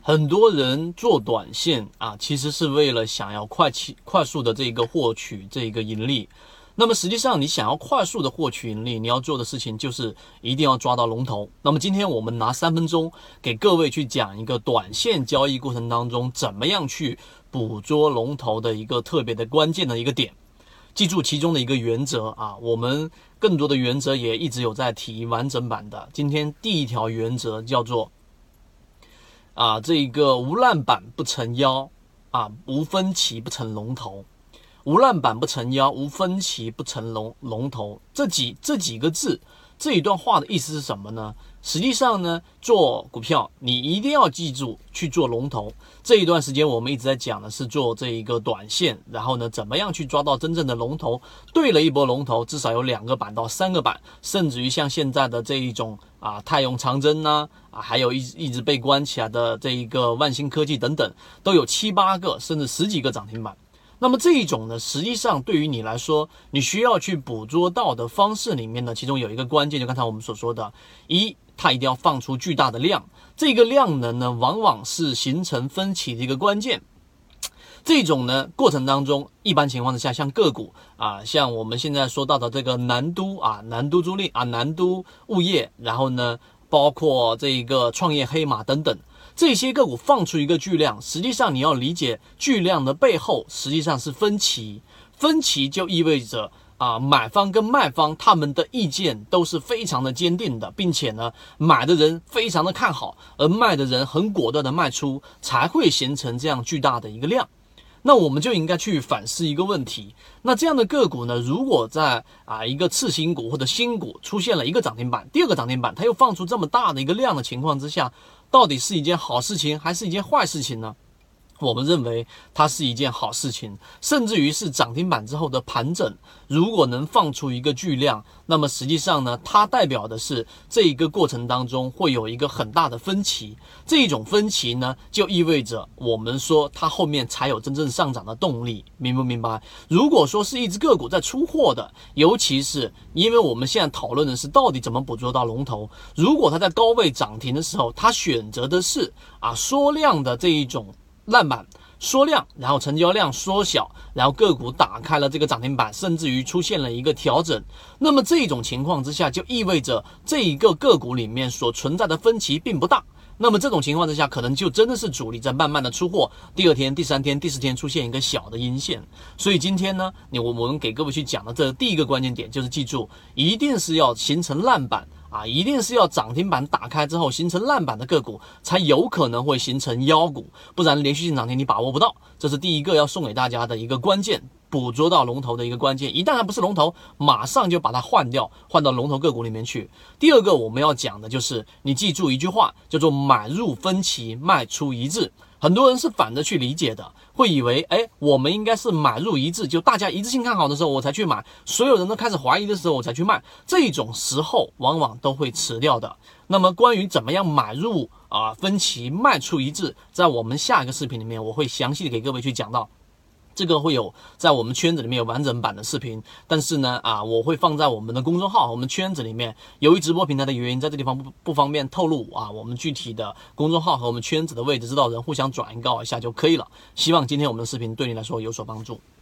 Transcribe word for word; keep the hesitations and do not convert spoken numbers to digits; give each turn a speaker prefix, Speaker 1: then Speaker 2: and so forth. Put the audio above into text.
Speaker 1: 很多人做短线啊，其实是为了想要快期快速的这个获取这个盈利。那么实际上你想要快速的获取盈利，你要做的事情就是一定要抓到龙头。那么今天我们拿三分钟给各位去讲一个短线交易过程当中怎么样去捕捉龙头的一个特别的关键的一个点。记住其中的一个原则啊，我们更多的原则也一直有在提完整版的。今天第一条原则叫做啊，这个无烂板不成妖啊，无分歧不成龙头。无烂板不成妖，无分歧不成龙龙头。这几这几个字，这一段话的意思是什么呢？实际上呢，做股票你一定要记住去做龙头。这一段时间我们一直在讲的是做这一个短线，然后呢，怎么样去抓到真正的龙头？对了一波龙头，至少有两个板到三个板，甚至于像现在的这一种啊，泰永长征呐、啊，啊，还有一一直被关起来的这一个万兴科技等等，都有七八个甚至十几个涨停板。那么这一种呢，实际上对于你来说，你需要去捕捉到的方式里面呢，其中有一个关键，就刚才我们所说的，一，它一定要放出巨大的量，这个量能呢，往往是形成分歧的一个关键。这种呢过程当中，一般情况之下，像个股啊，像我们现在说到的这个南都啊，南都租赁啊，南都物业，然后呢，包括这个创业黑马等等。这些个股放出一个巨量，实际上你要理解巨量的背后实际上是分歧，分歧就意味着啊，买方跟卖方他们的意见都是非常的坚定的，并且呢，买的人非常的看好，而卖的人很果断的卖出，才会形成这样巨大的一个量。那我们就应该去反思一个问题，那这样的个股呢，如果在啊一个次新股或者新股出现了一个涨停板，第二个涨停板，它又放出这么大的一个量的情况之下，到底是一件好事情还是一件坏事情呢？我们认为它是一件好事情，甚至于是涨停板之后的盘整，如果能放出一个巨量，那么实际上呢，它代表的是这一个过程当中会有一个很大的分歧，这一种分歧呢，就意味着我们说它后面才有真正上涨的动力，明不明白？如果说是一只个股在出货的，尤其是因为我们现在讨论的是到底怎么捕捉到龙头，如果它在高位涨停的时候，它选择的是啊缩量的这一种烂板缩量，然后成交量缩小，然后个股打开了这个涨停板，甚至于出现了一个调整。那么这种情况之下，就意味着这一个个股里面所存在的分歧并不大。那么这种情况之下，可能就真的是主力在慢慢的出货，第二天、第三天、第四天出现一个小的阴线。所以今天呢，你我们给各位去讲的这第一个关键点就是记住，一定是要形成烂板。啊，一定是要涨停板打开之后形成烂板的个股，才有可能会形成妖股，不然连续性涨停你把握不到。这是第一个要送给大家的一个关键，捕捉到龙头的一个关键。一旦它不是龙头，马上就把它换掉，换到龙头个股里面去。第二个我们要讲的就是，你记住一句话，叫做买入分歧，卖出一致。很多人是反着去理解的，会以为哎，我们应该是买入一致，就大家一致性看好的时候我才去买，所有人都开始怀疑的时候我才去卖，这种时候往往都会迟掉的。那么关于怎么样买入啊分歧卖出一致，在我们下一个视频里面我会详细的给各位去讲到。这个会有在我们圈子里面有完整版的视频，但是呢啊，我会放在我们的公众号，我们圈子里面。由于直播平台的原因，在这地方不不方便透露啊，我们具体的公众号和我们圈子的位置，知道人互相转告一下就可以了。希望今天我们的视频对你来说有所帮助。